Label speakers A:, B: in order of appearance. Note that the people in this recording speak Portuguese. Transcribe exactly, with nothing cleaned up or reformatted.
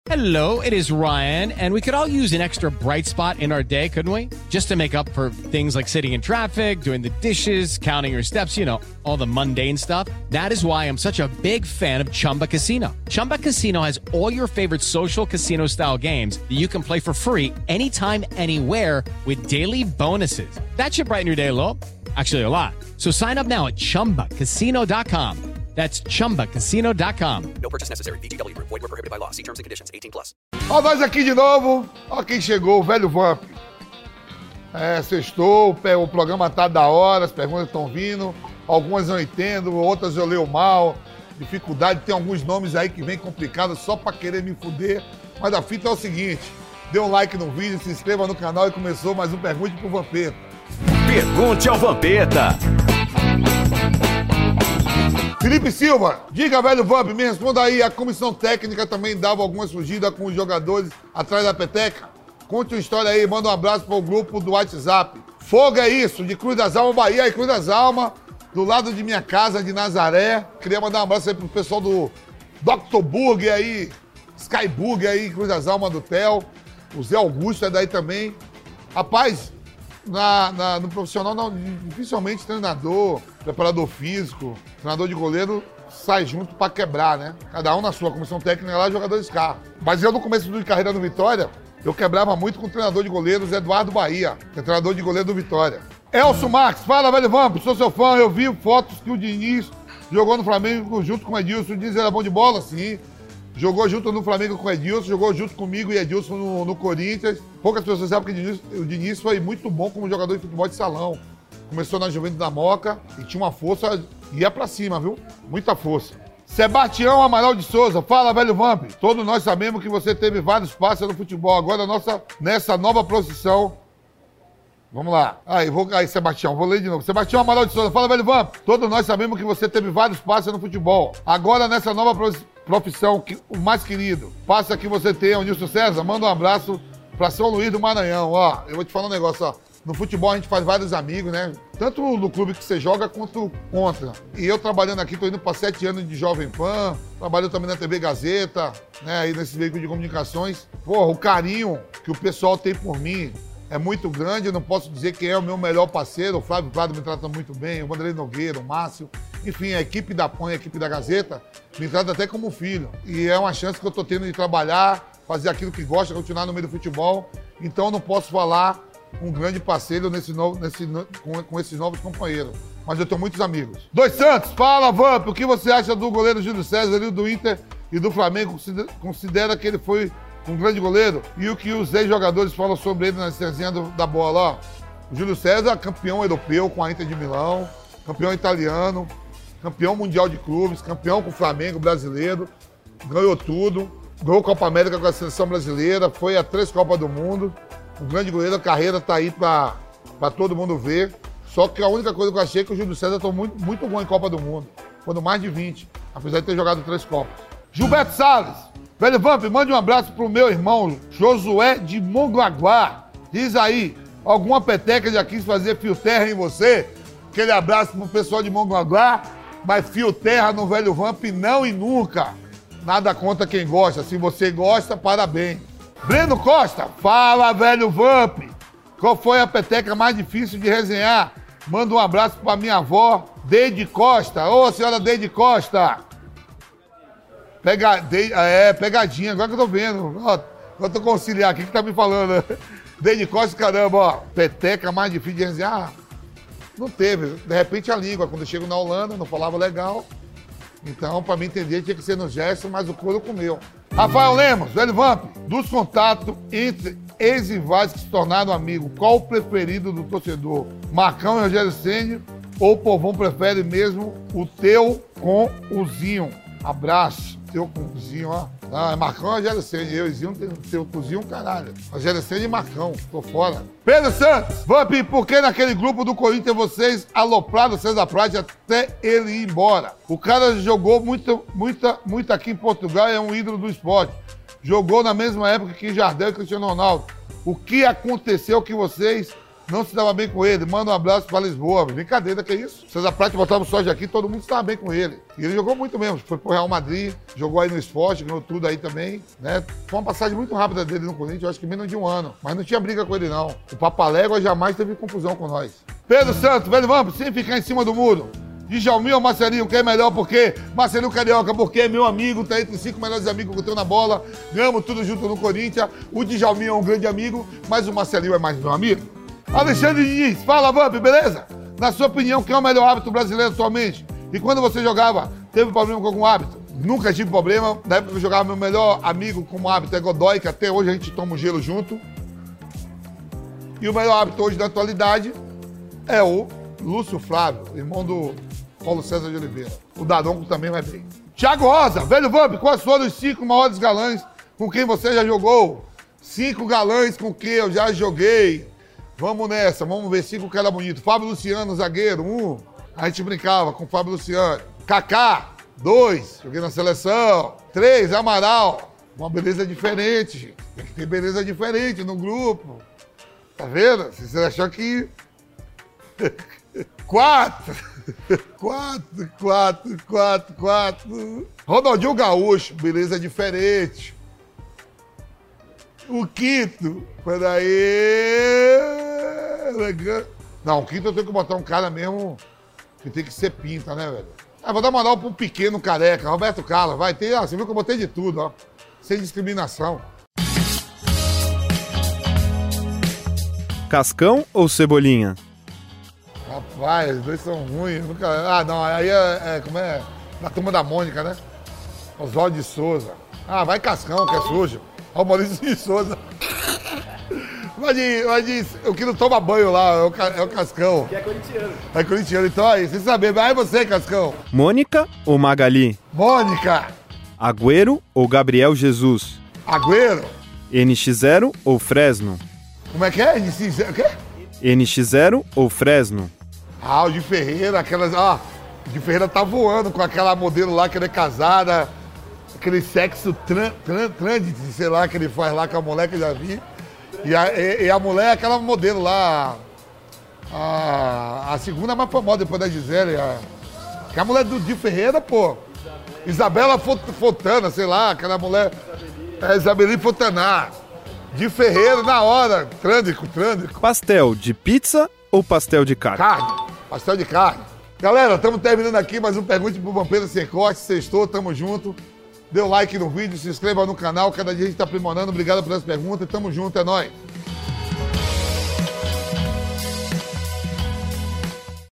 A: Hello, it is Ryan, and we could all use an extra bright spot in our day, couldn't we? Just to make up for things like sitting in traffic, doing the dishes, counting your steps, you know, all the mundane stuff. That is why I'm such a big fan of Chumba Casino. Chumba Casino has all your favorite social casino-style games that you can play for free anytime, anywhere with daily bonuses. That should brighten your day a little. Actually, a lot. So sign up now at chumba casino dot com. That's chumba casino dot com.
B: No purchase necessary. V G W Group. Void where prohibited by law. See terms and conditions. eighteen plus.
C: Ó, nós aqui de novo. Ó quem chegou, o velho Vamp. É, sextou, o programa tá da hora, as perguntas estão vindo. Algumas eu entendo, outras eu leio mal. Dificuldade, tem alguns nomes aí que vem complicado só pra querer me fuder. Mas a fita é o seguinte, dê um like no vídeo, se inscreva no canal e começou mais um Pergunte pro Vampeta.
D: Pergunte ao Vampeta.
C: Felipe Silva, diga, velho Vamp, me responda aí, a comissão técnica também dava alguma surgida com os jogadores atrás da peteca? Conte uma história aí, manda um abraço pro grupo do WhatsApp. Fogo é isso, de Cruz das Almas, Bahia, aí Cruz das Almas, do lado de minha casa, de Nazaré. Queria mandar um abraço aí pro pessoal do doutor Burger aí, Sky Burger aí, Cruz das Almas do Theo. O Zé Augusto é daí também. Rapaz, na, na, no profissional, não, dificilmente treinador, preparador físico, treinador de goleiro, sai junto pra quebrar, né? Cada um na sua comissão técnica lá, jogadores carro. Mas eu, no começo de carreira no Vitória, eu quebrava muito com o treinador de goleiros, Eduardo Bahia, que é treinador de goleiro do Vitória. Elcio Marques, fala, velho Vamp, sou seu fã, eu vi fotos que o Diniz jogou no Flamengo junto com o Edilson. O Diniz era bom de bola, sim. Jogou junto no Flamengo com o Edilson, jogou junto comigo e Edilson no, no Corinthians. Poucas pessoas sabem que o Diniz, o Diniz foi muito bom como jogador de futebol de salão. Começou na Juventude da Moca e tinha uma força, ia pra cima, viu? Muita força. Sebastião Amaral de Souza, fala, velho Vamp. Todos nós sabemos que você teve vários passos no futebol. Agora, nossa, nessa nova profissão... Vamos lá. Aí, vou, aí, Sebastião, vou ler de novo. Sebastião Amaral de Souza, fala, velho Vamp. Todos nós sabemos que você teve vários passos no futebol. Agora, nessa nova profissão, que, o mais querido, passa que você tem, o Nilson César, manda um abraço pra São Luís do Maranhão. Ó, eu vou te falar um negócio, ó. No futebol a gente faz vários amigos, né? Tanto no clube que você joga quanto contra. E eu trabalhando aqui, tô indo para sete anos de Jovem Pan, trabalho também na T V Gazeta, né? Aí nesse veículo de comunicações. Porra, o carinho que o pessoal tem por mim é muito grande. Eu não posso dizer quem é o meu melhor parceiro. O Flávio Prado me trata muito bem, o Vanderlei Nogueira, o Márcio. Enfim, a equipe da Pan e a equipe da Gazeta me trata até como filho. E é uma chance que eu tô tendo de trabalhar, fazer aquilo que gosta, continuar no meio do futebol. Então eu não posso falar um grande parceiro nesse novo, nesse, com, com esses novos companheiros. Mas eu tenho muitos amigos. Dois Santos, fala, Vamp, o que você acha do goleiro Júlio César ali do Inter e do Flamengo? Considera que ele foi um grande goleiro? E o que os ex-jogadores falam sobre ele na resenha da bola? Ó, o Júlio César, campeão europeu com a Inter de Milão, campeão italiano, campeão mundial de clubes, campeão com o Flamengo brasileiro, ganhou tudo, ganhou Copa América com a seleção brasileira, foi a três Copas do Mundo. Um grande goleiro, a carreira tá aí pra, pra todo mundo ver. Só que a única coisa que eu achei é que o Júlio César tá muito, muito bom em Copa do Mundo. Foram mais de vinte, apesar de ter jogado três Copas. Gilberto Salles, velho Vamp, mande um abraço pro meu irmão Josué de Mongaguá. Diz aí, alguma peteca já quis fazer fio terra em você? Aquele abraço pro pessoal de Mongaguá, mas fio terra no velho Vamp não e nunca. Nada contra quem gosta. Se você gosta, parabéns. Breno Costa, fala, velho Vamp. Qual foi a peteca mais difícil de resenhar? Manda um abraço pra minha avó, Deide Costa. Ô, senhora Deide Costa. Pega, de, é, pegadinha, agora que eu tô vendo. Ó, eu tô conciliar aqui que tá me falando. Deide Costa, caramba, ó. Peteca mais difícil de resenhar? Não teve. De repente a língua, quando eu chego na Holanda, não falava legal. Então, pra mim entender, tinha que ser no gesto, mas o couro comeu. Rafael Lemos, velho Vamp, dos contatos entre ex e rivais que se tornaram amigos, qual o preferido do torcedor? Marcão e Rogério Ceni ou o povão prefere mesmo o teu com o Zinho? Abraço. Teu com o Zinho, ó. Ah, é Marcão e Rogério Ceni. Eu e Zinho, teu com o Zinho, caralho. Rogério Ceni e Marcão. Tô fora. Pedro Santos, Vamp, por que naquele grupo do Corinthians vocês alopraram o César Prat até ele ir embora? O cara jogou muito, muita, muito aqui em Portugal e é um ídolo do esporte. Jogou na mesma época que Jardel e Cristiano Ronaldo. O que aconteceu que vocês não se dava bem com ele. Manda um abraço pra Lisboa. Brincadeira, que é isso? César Prato botava o soja aqui, todo mundo estava bem com ele. E ele jogou muito mesmo. Foi pro Real Madrid, jogou aí no esporte, ganhou tudo aí também, né? Foi uma passagem muito rápida dele no Corinthians, eu acho que menos de um ano. Mas não tinha briga com ele, não. O Papalégua jamais teve confusão com nós. Pedro Santos, velho, vamos, sem ficar em cima do muro. Djalminho ou Marcelinho, quem é melhor? Por quê? Marcelinho Carioca, porque é meu amigo, tá entre os cinco melhores amigos que eu tenho na bola. Ganhamos tudo junto no Corinthians. O Djalminho é um grande amigo, mas o Marcelinho é mais meu amigo. Alexandre Diniz, fala, Vamp, beleza? Na sua opinião, quem é o melhor árbitro brasileiro atualmente? E quando você jogava, teve problema com algum árbitro? Nunca tive problema. Na época que eu jogava, meu melhor amigo como árbitro é Godoy, que até hoje a gente toma um gelo junto. E o melhor árbitro hoje da atualidade é o Lúcio Flávio, irmão do Paulo César de Oliveira. O Daronco também vai bem. Thiago Rosa, velho Vamp, quais foram os cinco maiores galãs com quem você já jogou? Cinco galãs com quem eu já joguei. Vamos nessa, vamos ver cinco que era bonito. Fábio Luciano, zagueiro, um. A gente brincava com o Fábio Luciano. Kaká, dois. Joguei na seleção. Três, Amaral. Uma beleza diferente, gente. Tem que ter beleza diferente no grupo. Tá vendo? Você achou que... Quatro. Quatro, quatro, quatro, quatro. Ronaldinho Gaúcho, beleza diferente. O quinto, peraí. Não, o quinto eu tenho que botar um cara mesmo que tem que ser pinta, né, velho? Ah, vou dar moral pra um pequeno careca, Roberto Carlos. Vai ter, ah, você viu que eu botei de tudo, ó. Sem discriminação.
E: Cascão ou Cebolinha?
C: Rapaz, os dois são ruins. Nunca... Ah, não, aí é, é, como é? Na Turma da Mônica, né? Oswaldo de Souza. Ah, vai Cascão, que é sujo. Olha o Maurício de Souza. Mas, mas o que não toma banho lá é o, é o Cascão. Que é corintiano. É corintiano, então aí, sem saber. Vai você, Cascão.
E: Mônica ou Magali?
C: Mônica.
E: Agüero ou Gabriel Jesus?
C: Agüero.
E: N X zero ou Fresno?
C: Como é que é? N X zero, o quê?
E: N X zero ou Fresno?
C: Ah, o de Ferreira, aquelas... Ah, o de Ferreira tá voando com aquela modelo lá que ela é casada, aquele sexo tran, tran, transit, sei lá, que ele faz lá com a mulher que eu já vi. E a, e, e a mulher é aquela modelo lá, a, a segunda mais famosa depois da Gisele, a, que é a mulher do de Ferreira, pô. Isabela Fontana, sei lá, aquela mulher, é Isabeli Fontanar. De Ferreira, na hora, trândico, trândico.
E: Pastel de pizza ou pastel de carne?
C: Carne, pastel de carne. Galera, estamos terminando aqui mais um Pergunte pro Vampeta Sem Corte. Sextou, tamo junto. Dê o like no vídeo, se inscreva no canal. Cada dia a gente tá aprimorando. Obrigado pelas perguntas. Tamo junto, é nóis.